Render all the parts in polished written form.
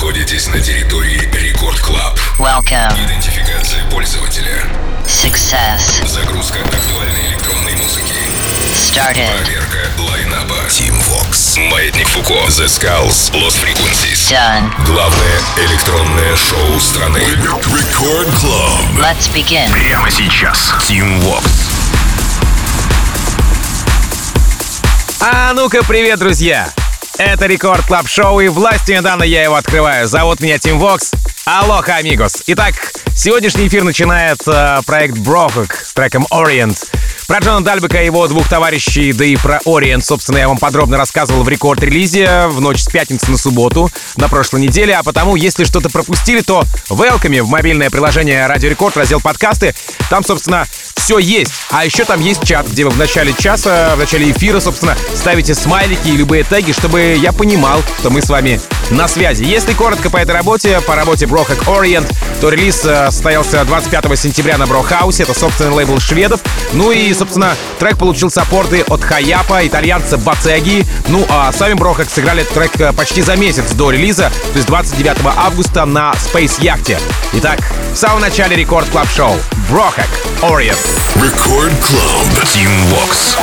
находитесь на территории Рекорд Клаб. Welcome. Идентификация пользователя. Success. Загрузка актуальной электронной музыки. Started. Проверка лайнаба. Team Vox. Маятник Фуко. The Skulls. Lost Frequencies. Done. Главное электронное шоу страны. Рекорд Club. Let's begin. Прямо сейчас. Team Vox. А ну-ка, привет, друзья! Это Рекорд Клаб Шоу, и властью недавно я его открываю. Зовут меня Тим Вокс. Алоха, амигос. Итак, сегодняшний эфир начинает проект Brohawk с треком Orient. Про Джона Дальбека и его двух товарищей, да и про Orient, собственно, я вам подробно рассказывал в рекорд-релизе в ночь с пятницы на субботу на прошлой неделе, а потому, если что-то пропустили, то welcome в мобильное приложение Радио Рекорд, раздел подкасты. Там, собственно, все есть. А еще там есть чат, где вы в начале часа, в начале эфира, собственно, ставите смайлики и любые теги, чтобы я понимал, что мы с вами на связи. Если коротко по этой работе, по работе Brohawk Orient, то релиз состоялся 25 сентября на Брохаусе, это собственный лейбл шведов. Ну и, собственно, трек получил саппорты от Хаяпа, итальянца Бацеги. Ну а сами Brohawk сыграли этот трек почти за месяц до релиза, то есть 29 августа на Space Yacht. Итак, в самом начале Рекорд Клаб Шоу Brohawk Orient. Рекорд Клаб. Team Vox.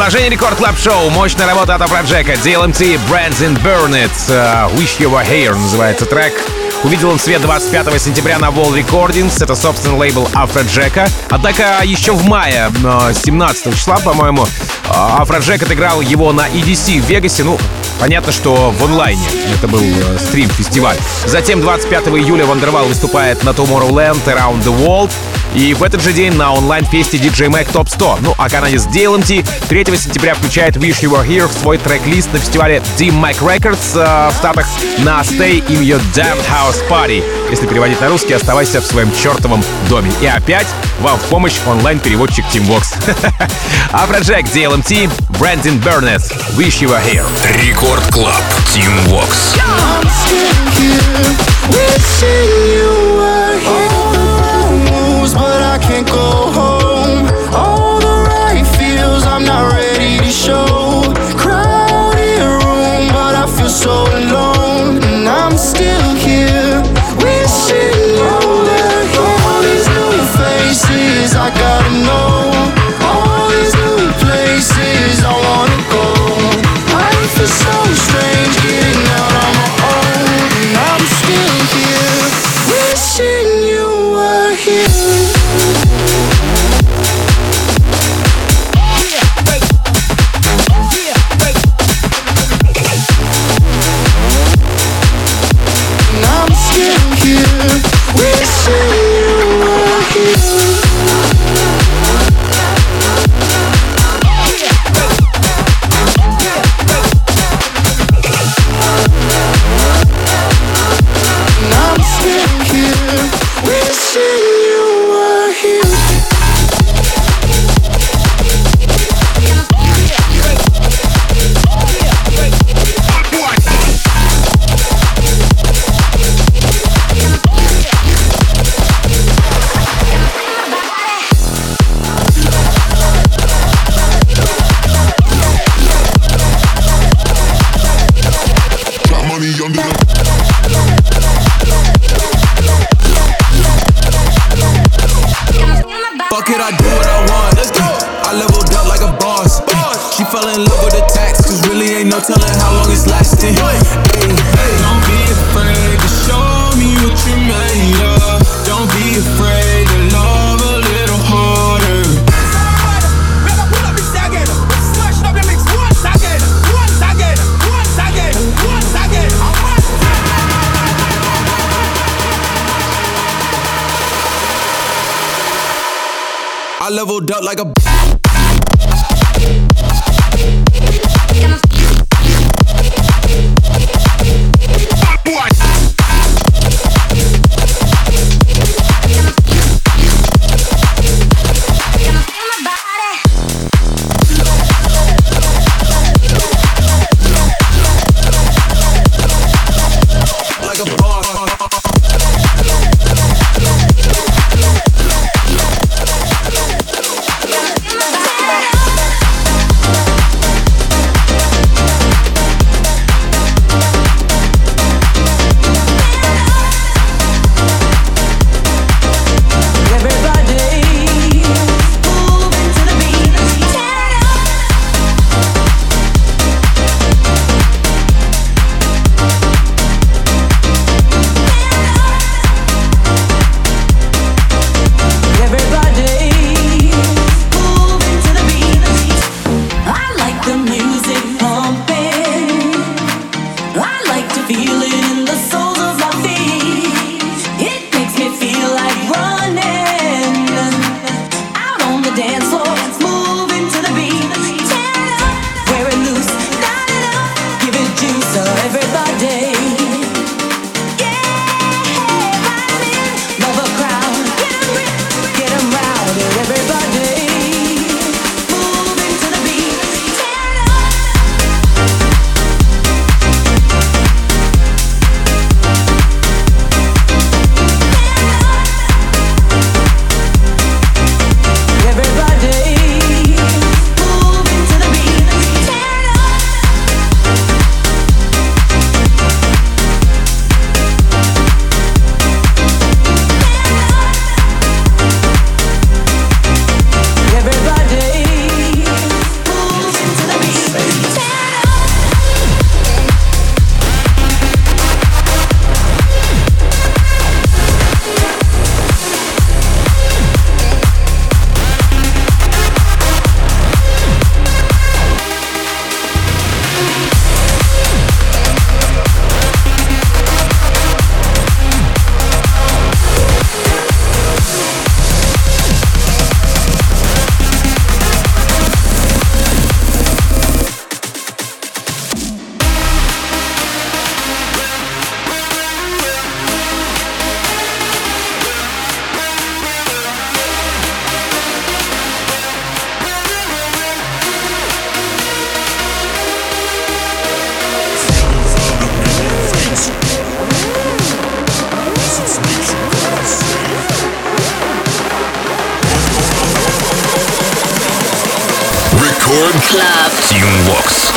Продолжение Рекорд Клаб Шоу. Мощная работа от Афроджека. DLMT, Brands and Burn It. Wish You Were Here называется трек. Увидел он свет 25 сентября на Wall Recordings. Это, собственно, лейбл Афроджека. Однако еще в мае, 17 числа, по-моему, Афроджек отыграл его на EDC в Вегасе. Ну, понятно, что в онлайне. Это был стрим-фестиваль. Затем 25 июля Wonderwall выступает на Tomorrowland Around the World. И в этот же день на онлайн-фесте DJ Mag Top 100. Ну, а канадец DLMT 3 сентября включает Wish You Were Here в свой трек-лист на фестивале D-Mic Records в Штатах на Stay in Your Damn House Party. Если переводить на русский, оставайся в своем чертовом доме. И опять вам в помощь онлайн-переводчик Teamvox. Afrojack, DLMT, Brandon Burnett, Wish You Were Here. Рекорд Клаб, Teamvox. But I can't go home. All the right feels I'm not ready to show. Crowded room, but I feel so alone. And I'm still here, wishing you were here. All these new faces I gotta know. All these new places I wanna go. I feel so strange getting out on my own. And I'm still here, wishing you were here. I leveled up like a Record Club. Team Vox.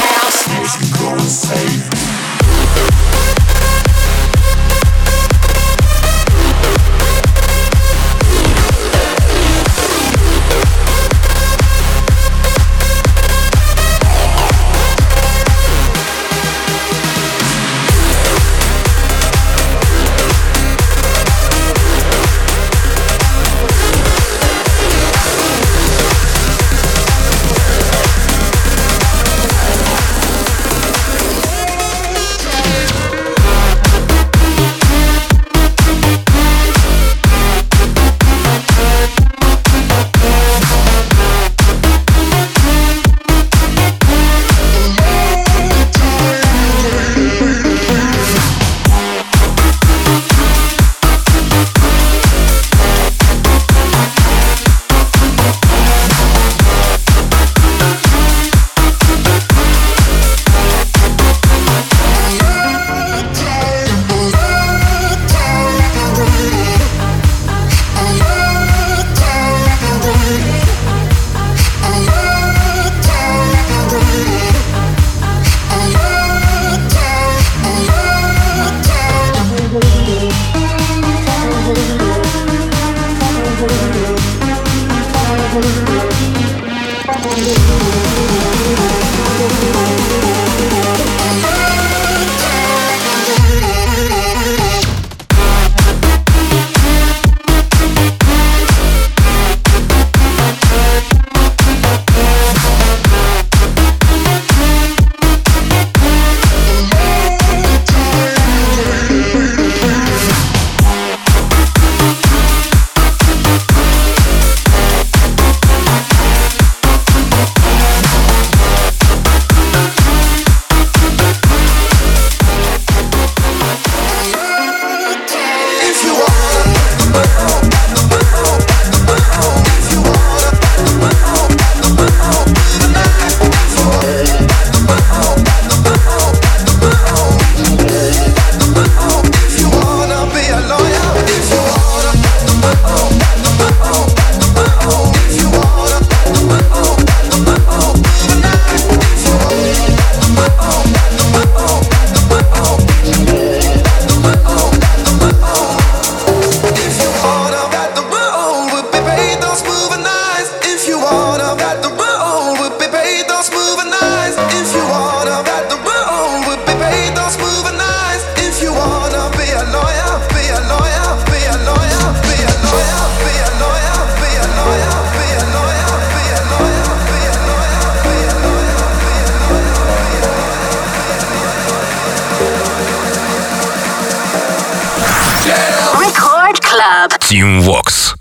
Team Vox.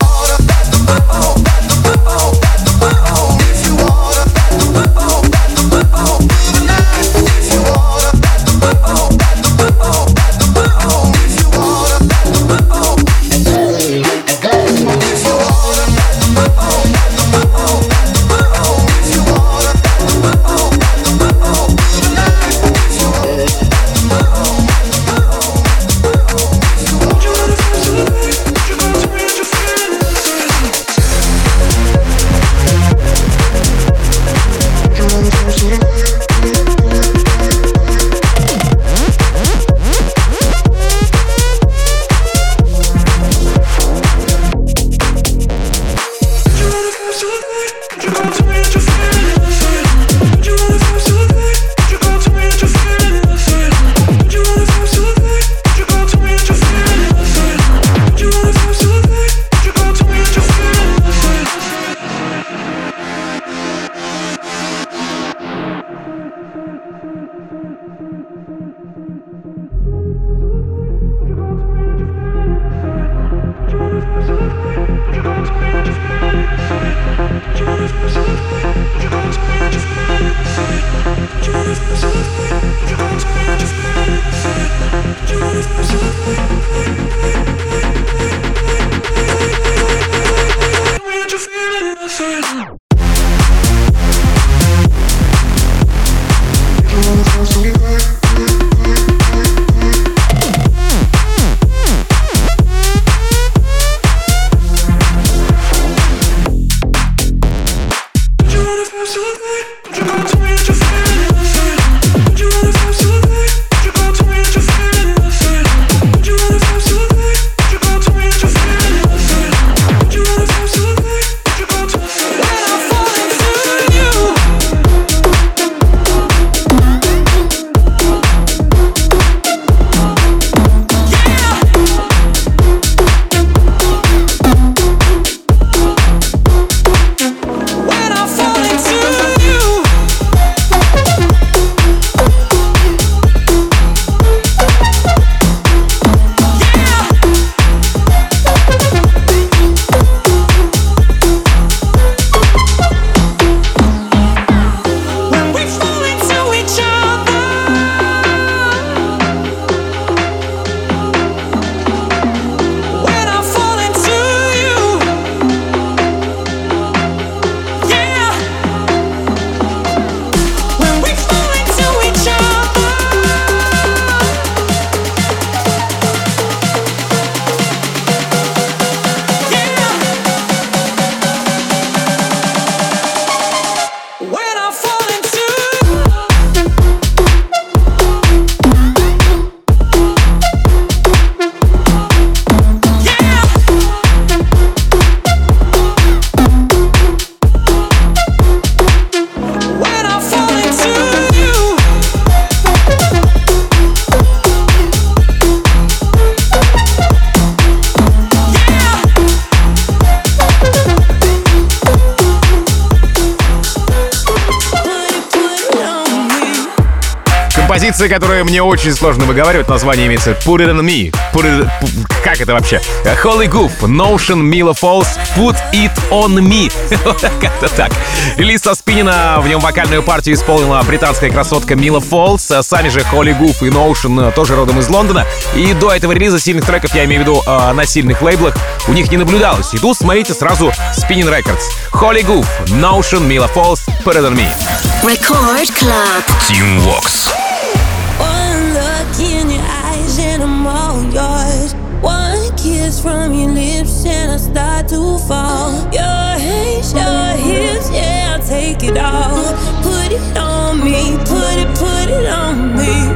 композиция, которую мне очень сложно выговаривать. Название имеется Put It On Me. Как это вообще? Holy Goof, Notion, Mila Falls, Put It On Me. Как-то так. Релиз со спиннина, в нем вокальную партию исполнила британская красотка Mila Falls. Сами же Holy Goof и Notion тоже родом из Лондона. И до этого релиза сильных треков, я имею в виду на сильных лейблах, у них не наблюдалось. И тут смотрите сразу Spinnin' Records. Holy Goof, Notion, Mila Falls, Put It On Me. Record Club. Team Vox. One look in your eyes and I'm all yours. One kiss from your lips and I start to fall. Your hands, your hips, yeah, I'll take it all. Put it on me, put it on me.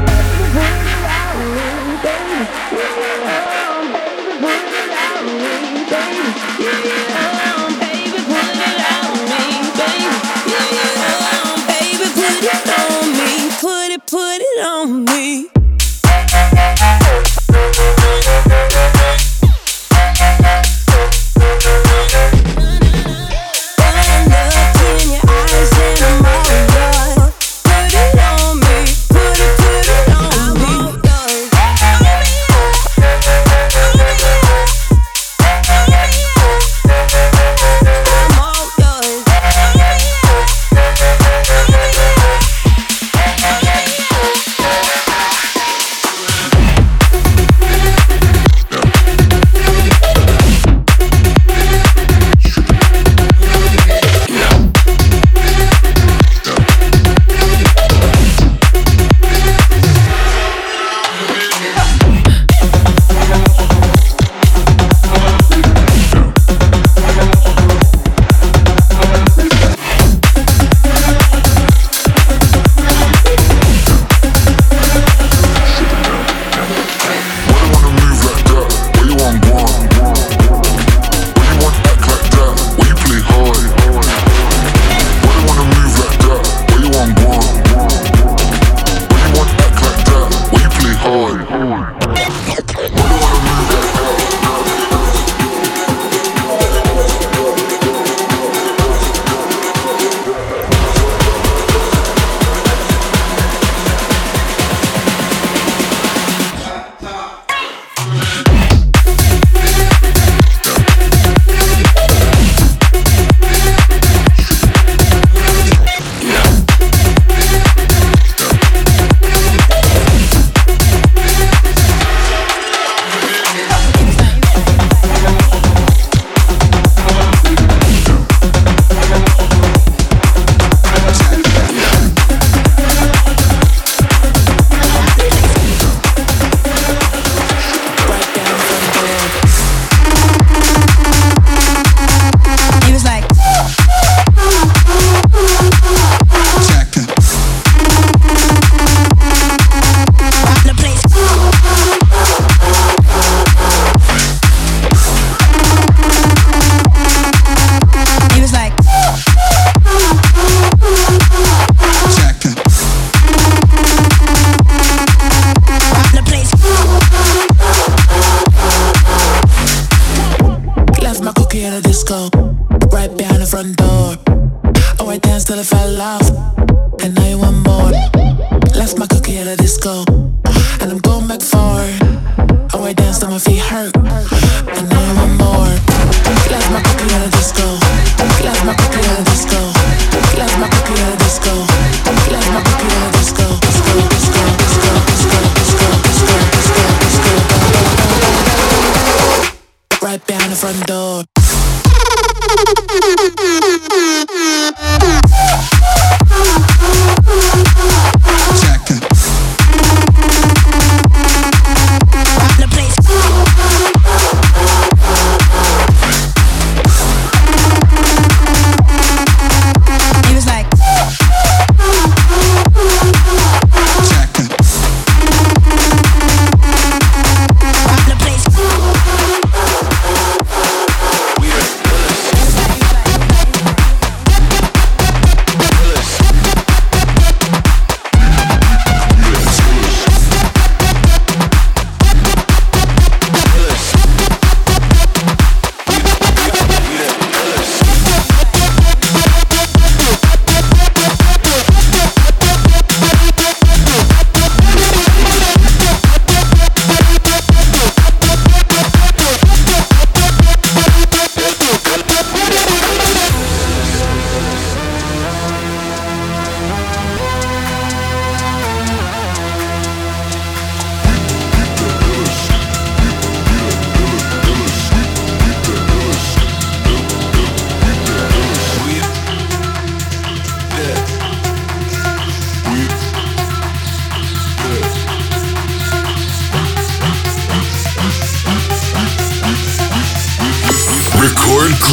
Put it on me.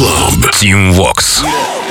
Club. Team Vox.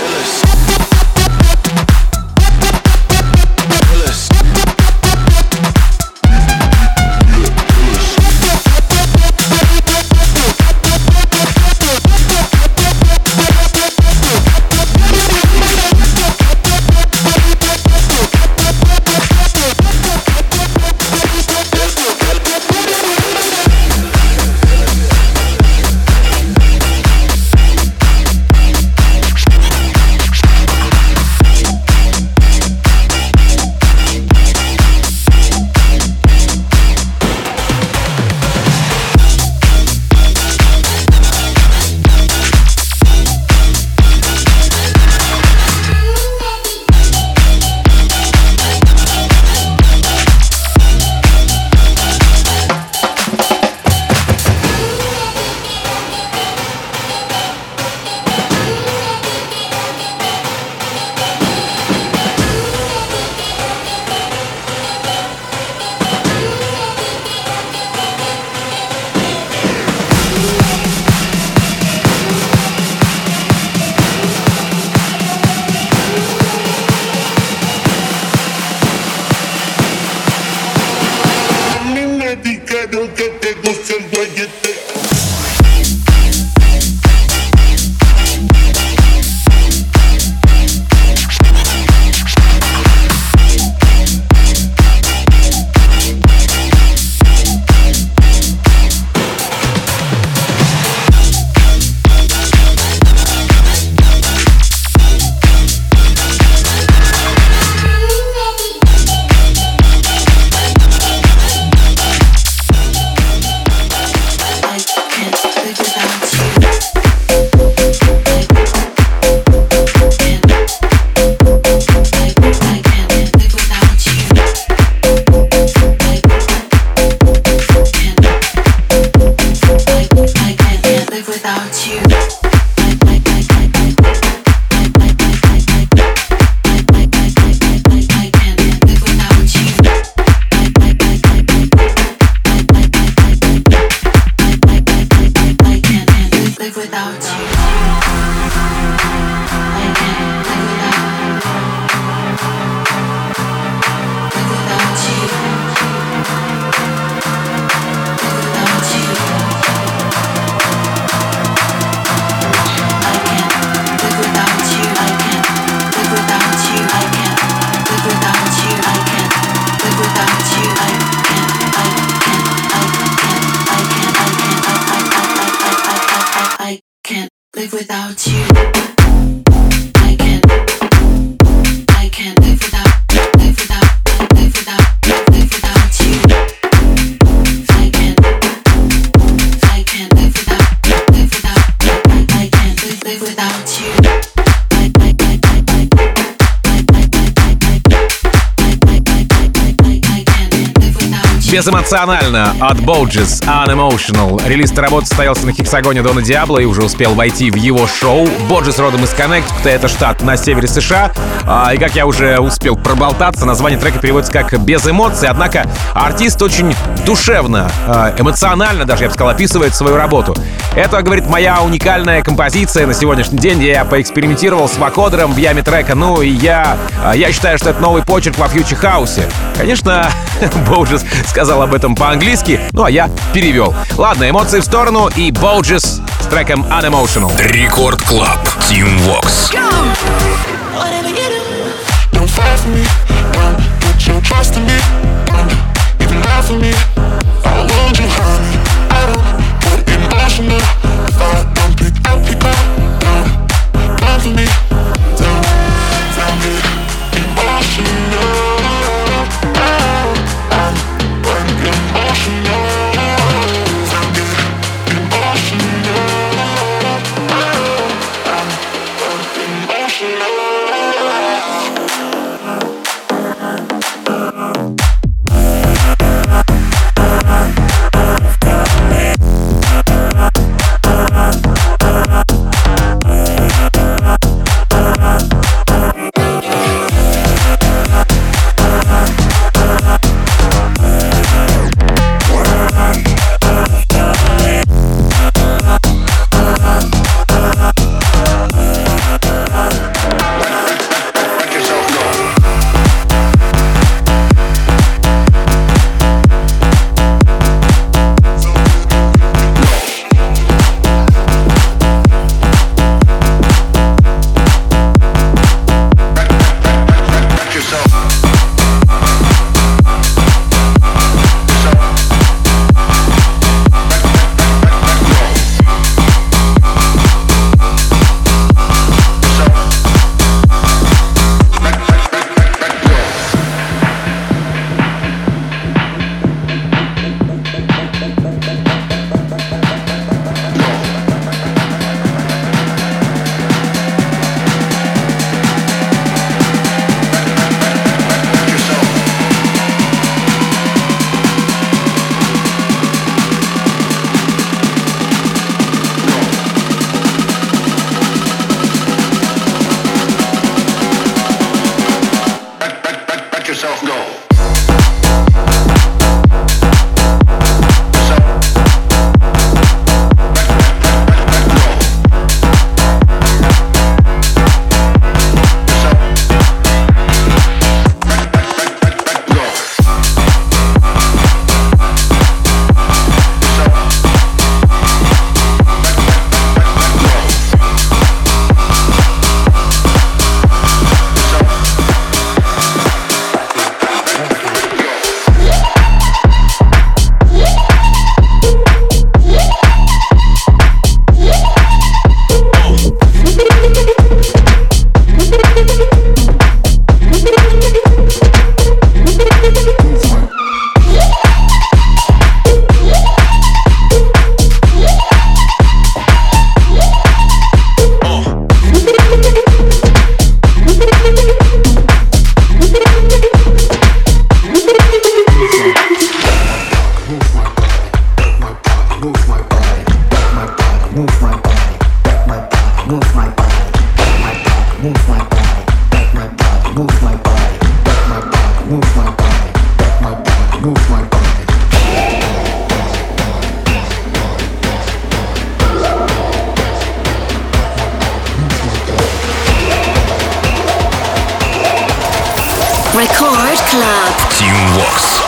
Безэмоционально от Boges Unemotional. Релиз работы состоялся на Хексагоне Дона Диабло и уже успел войти в его шоу. Boges родом из Коннектикута, это штат на севере США. И как я уже успел проболтаться, название трека переводится как «без эмоций». Однако артист очень душевно, эмоционально даже, я бы сказал, описывает свою работу. Это, говорит, моя уникальная композиция на сегодняшний день, где я поэкспериментировал с вокодером в яме трека. Ну и я считаю, что это новый почерк во фьючер-хаусе. Конечно, Boges сказал об этом по-английски, ну а я перевел. Ладно, эмоции в сторону и Boges с треком Unemotional. Рекорд Клаб. Team Vox. Record Club. Team Vox.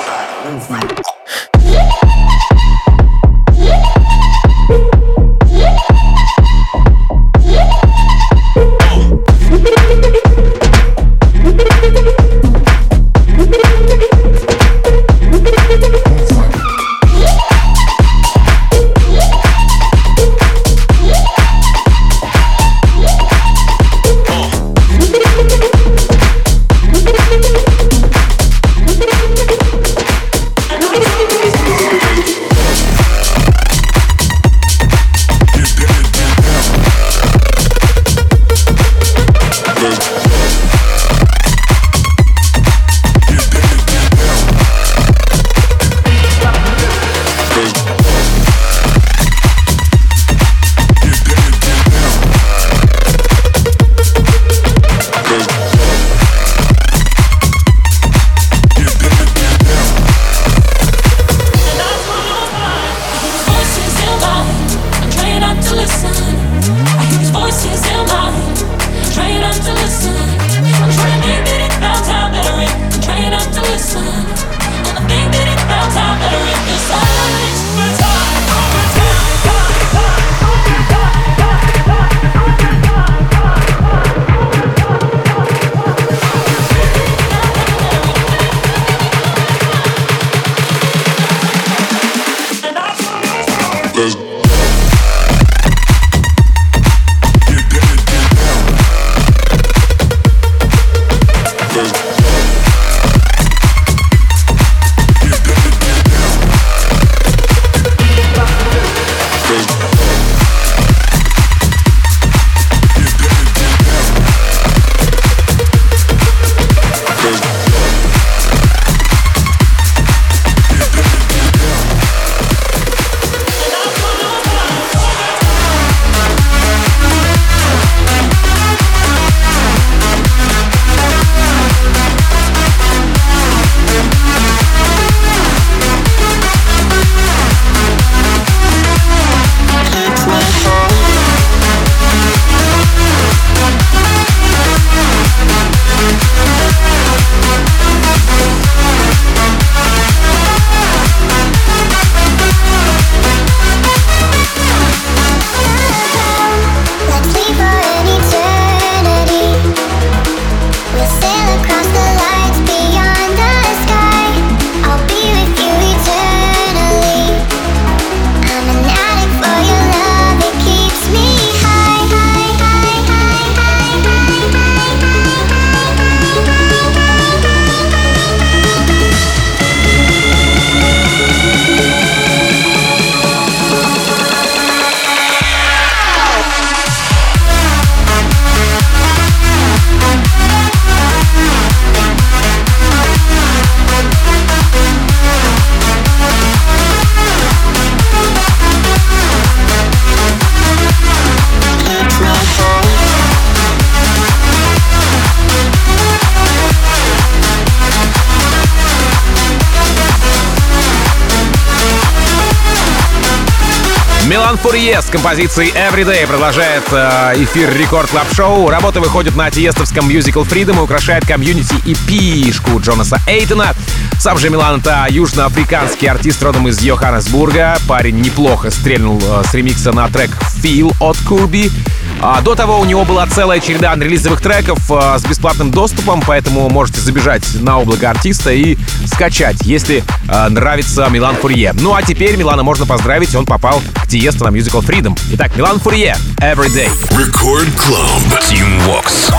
Милан Фурье с композицией Everyday продолжает эфир Рекорд Клаб Шоу. Работа выходит на тиестовском Musical Freedom и украшает комьюнити EP-шку Джонаса Эйтона. Сам же Милан — это южноафриканский артист родом из Йоханнесбурга. Парень неплохо стрельнул с ремикса на трек Feel от Курби. До того у него была целая череда анрелизовых треков с бесплатным доступом, поэтому можете забежать на облако артиста и скачать, если нравится Милан Фурье. Ну а теперь Милана можно поздравить, он попал к Тиесто на Musical Freedom. Итак, Милан Фурье, Everyday. Record Club. Team Vox.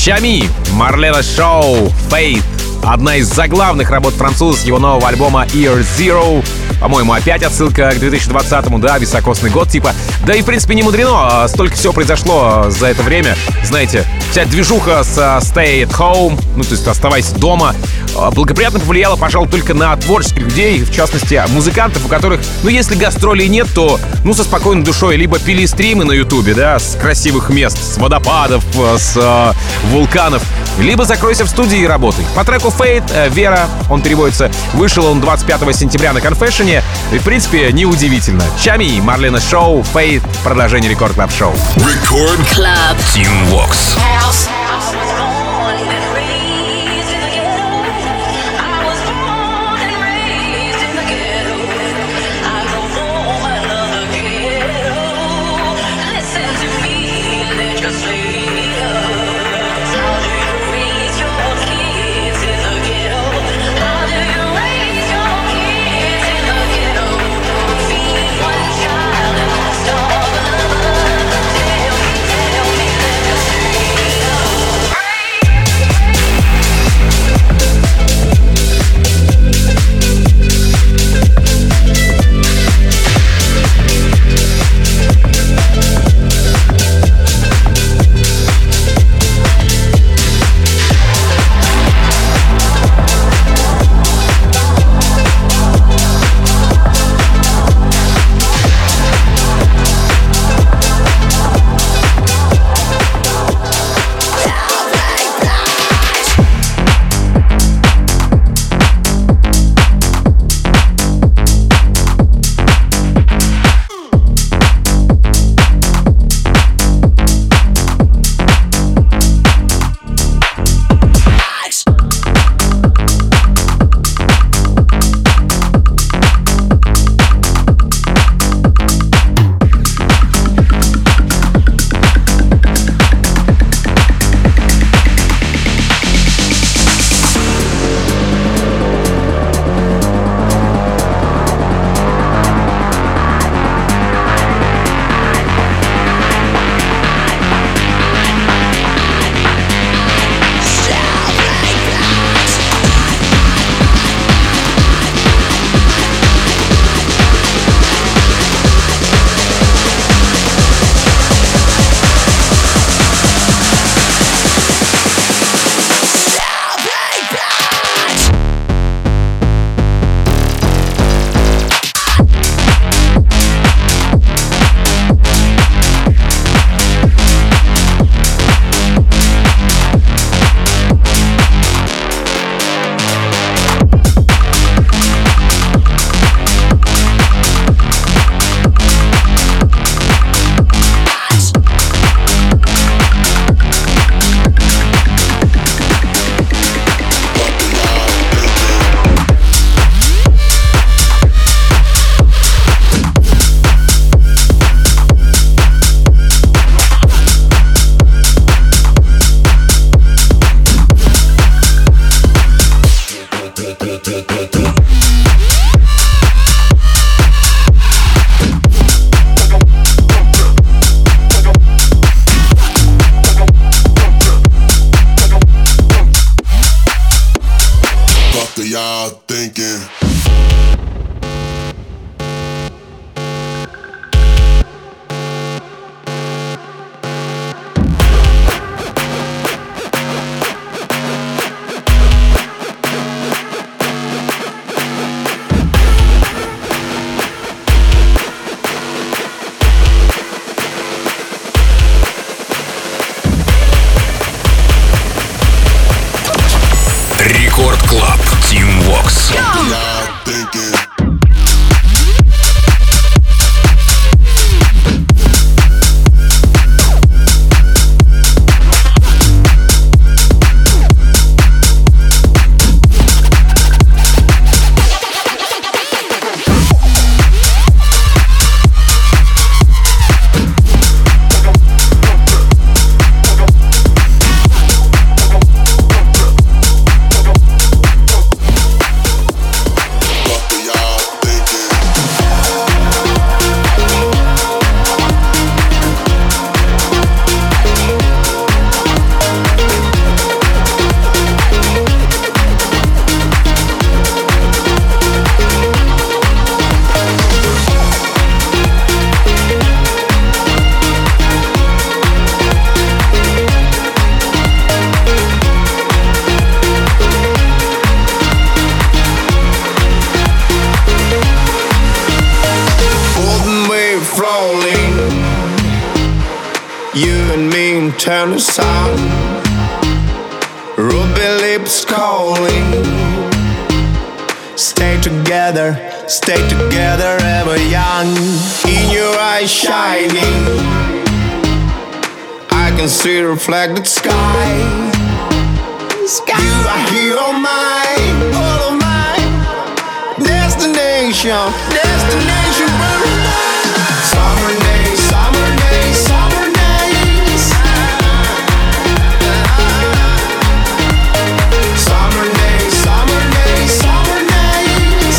Чами, Марлена Шоу, Faith. Одна из заглавных работ француза с его нового альбома Year Zero. По-моему, опять отсылка к 2020-му, да, високосный год типа. Да и, в принципе, не мудрено, столько всего произошло за это время. Знаете, вся движуха с Stay at Home, ну, то есть оставайся дома, благоприятно повлияла, пожалуй, только на творческих людей, в частности, музыкантов, у которых, ну, если гастролей нет, то, ну, со спокойной душой либо пили стримы на Ютубе, да, с красивых мест, с водопадов, с вулканов, либо закройся в студии и работай. По треку Fate, Вера, он переводится, вышел он 25 сентября на Confession, и, в принципе, неудивительно. Чами, Марлена Шоу, Fate, продолжение Рекорд Клаб Шоу. Рекорд Клаб Team Vox. Рекорд Клаб Team Vox. You and me turn the sun. Ruby lips calling. Stay together ever young. In your eyes shining, I can see reflected sky. You are here on mine, all of mine. Destination. Summer days, summer days, summer days. Summer days, summer days, summer days.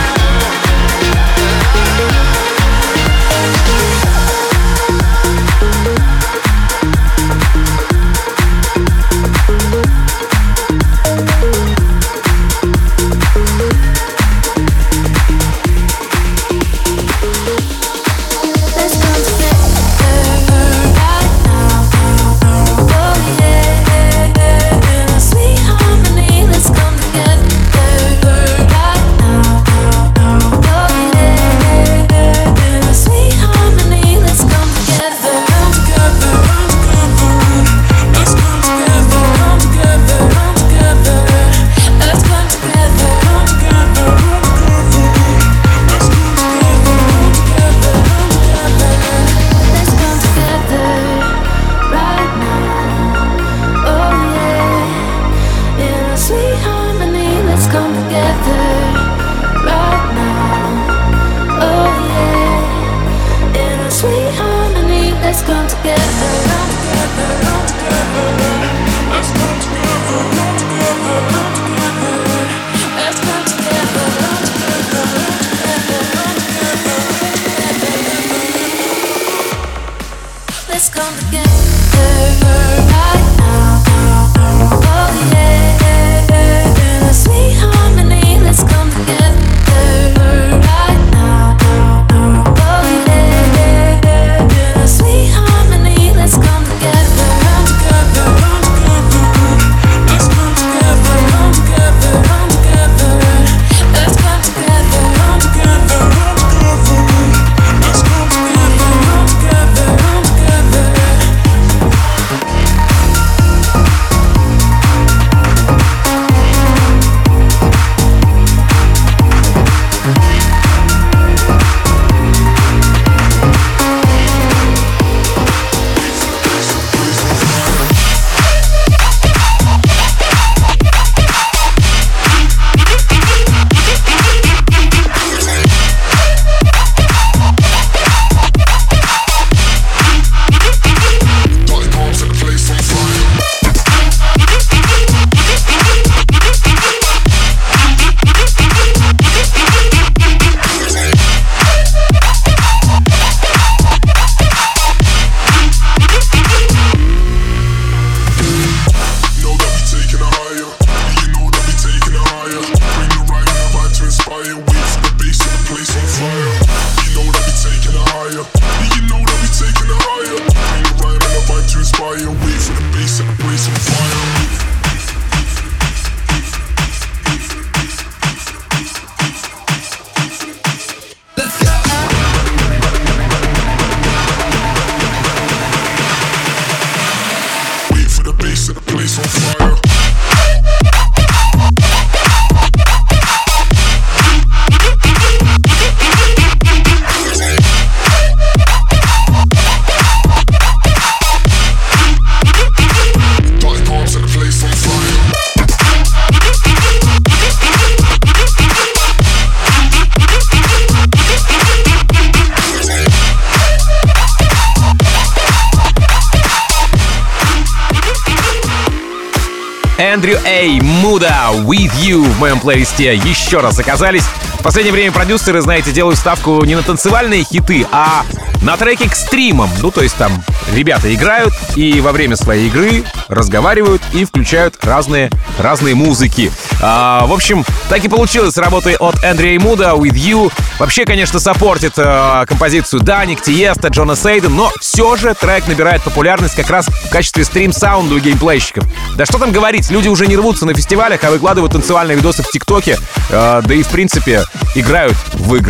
Эндрю Эй, Муда, With You в моем плейлисте еще раз оказались. В последнее время продюсеры, знаете, делают ставку не на танцевальные хиты, а на треки к стримам. Ну, то есть там ребята играют и во время своей игры разговаривают и включают разные музыки. В общем, так и получилось с работой от Эндрю Муда, With You. Вообще, конечно, саппортит композицию Даник, Тиеста, Джона Сейден, но все же трек набирает популярность как раз в качестве стрим-саунда у геймплейщиков. Да что там говорить, люди уже не рвутся на фестивалях, а выкладывают танцевальные видосы в ТикТоке, да и в принципе играют в игры.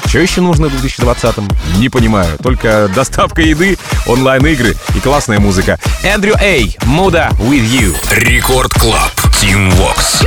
Что еще нужно в 2020-м? Не понимаю. Только доставка еды, онлайн-игры и классная музыка. Эндрю Эй, Moda With You. Рекорд Клаб. Team Vox.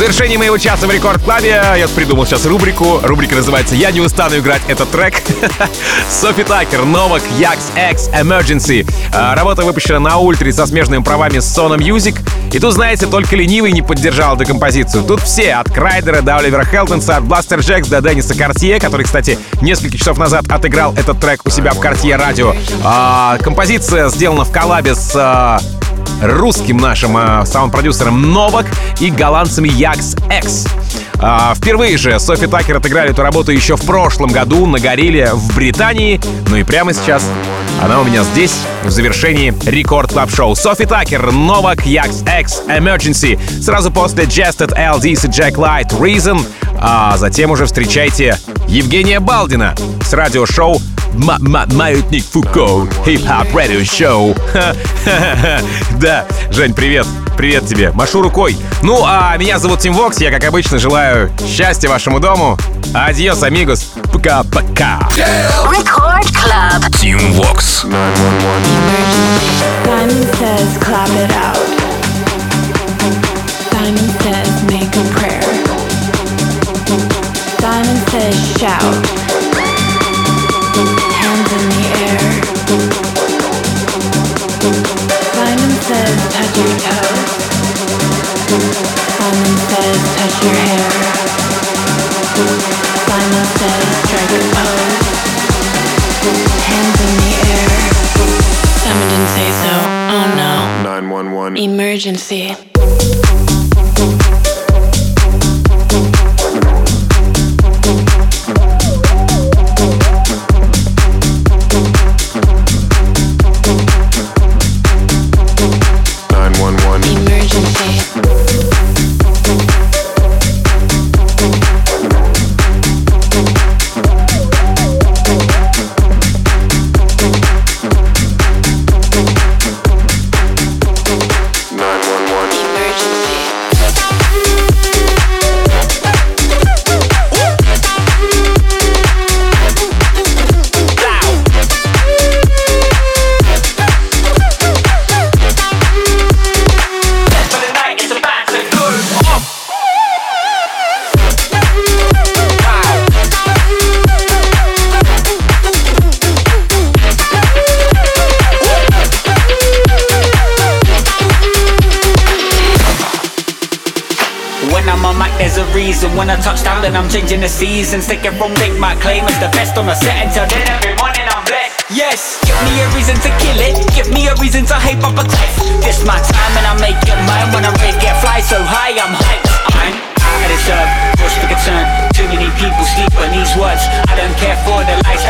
завершении моего часа в Рекорд-клабе я придумал сейчас рубрику. Рубрика называется «Я не устану играть этот трек». Софи Такер, Новак, Yax X, Emergency. Работа выпущена на ультре со смежными правами с Sono Music. И тут, знаете, только ленивый не поддержал эту композицию. Тут все, от Крайдера до Оливера Хелденса, от Бластер Джекс до Денниса Картье, который, кстати, несколько часов назад отыграл этот трек у себя в Картье Радио. Композиция сделана в коллабе с русским нашим саунд-продюсером Новак и голландцами Yax X. Впервые же Софи Такер отыграли эту работу еще в прошлом году на Горилле в Британии. Ну и прямо сейчас она у меня здесь, в завершении Рекорд Клаб Шоу. Софи Такер, Новак, Yax X, Emergency. Сразу после Jested, LDs и Jack Light, Reason. А затем уже встречайте Евгения Балдина с радиошоу Маятник Фуко, хип-хоп радиошоу. Да, Жень, привет. Привет тебе. Машу рукой. Ну, а меня зовут Тим Вокс. Я, как обычно, желаю счастья вашему дому. Адьос, амигос. Пока-пока. Record Club. Team Vox. Simon says clap it out. Simon says make a prayer. Simon says shout. Hands in the air. Simon says touch your toes. Simon says touch your hair. Simon says strike a pose. Hands in the air. Simon didn't say so. Oh no. 911. Emergency. When I touch down, then I'm changing the seasons. Taking from Big my claim as the best on the set. Until then, every morning I'm blessed. Yes, give me a reason to kill it. Give me a reason to hype up a cliff. This my time and I make it mine. When I rate get fly so high, I'm hyped. I'm out of this earth, push for concern. Too many people sleep on these words. I don't care for the lights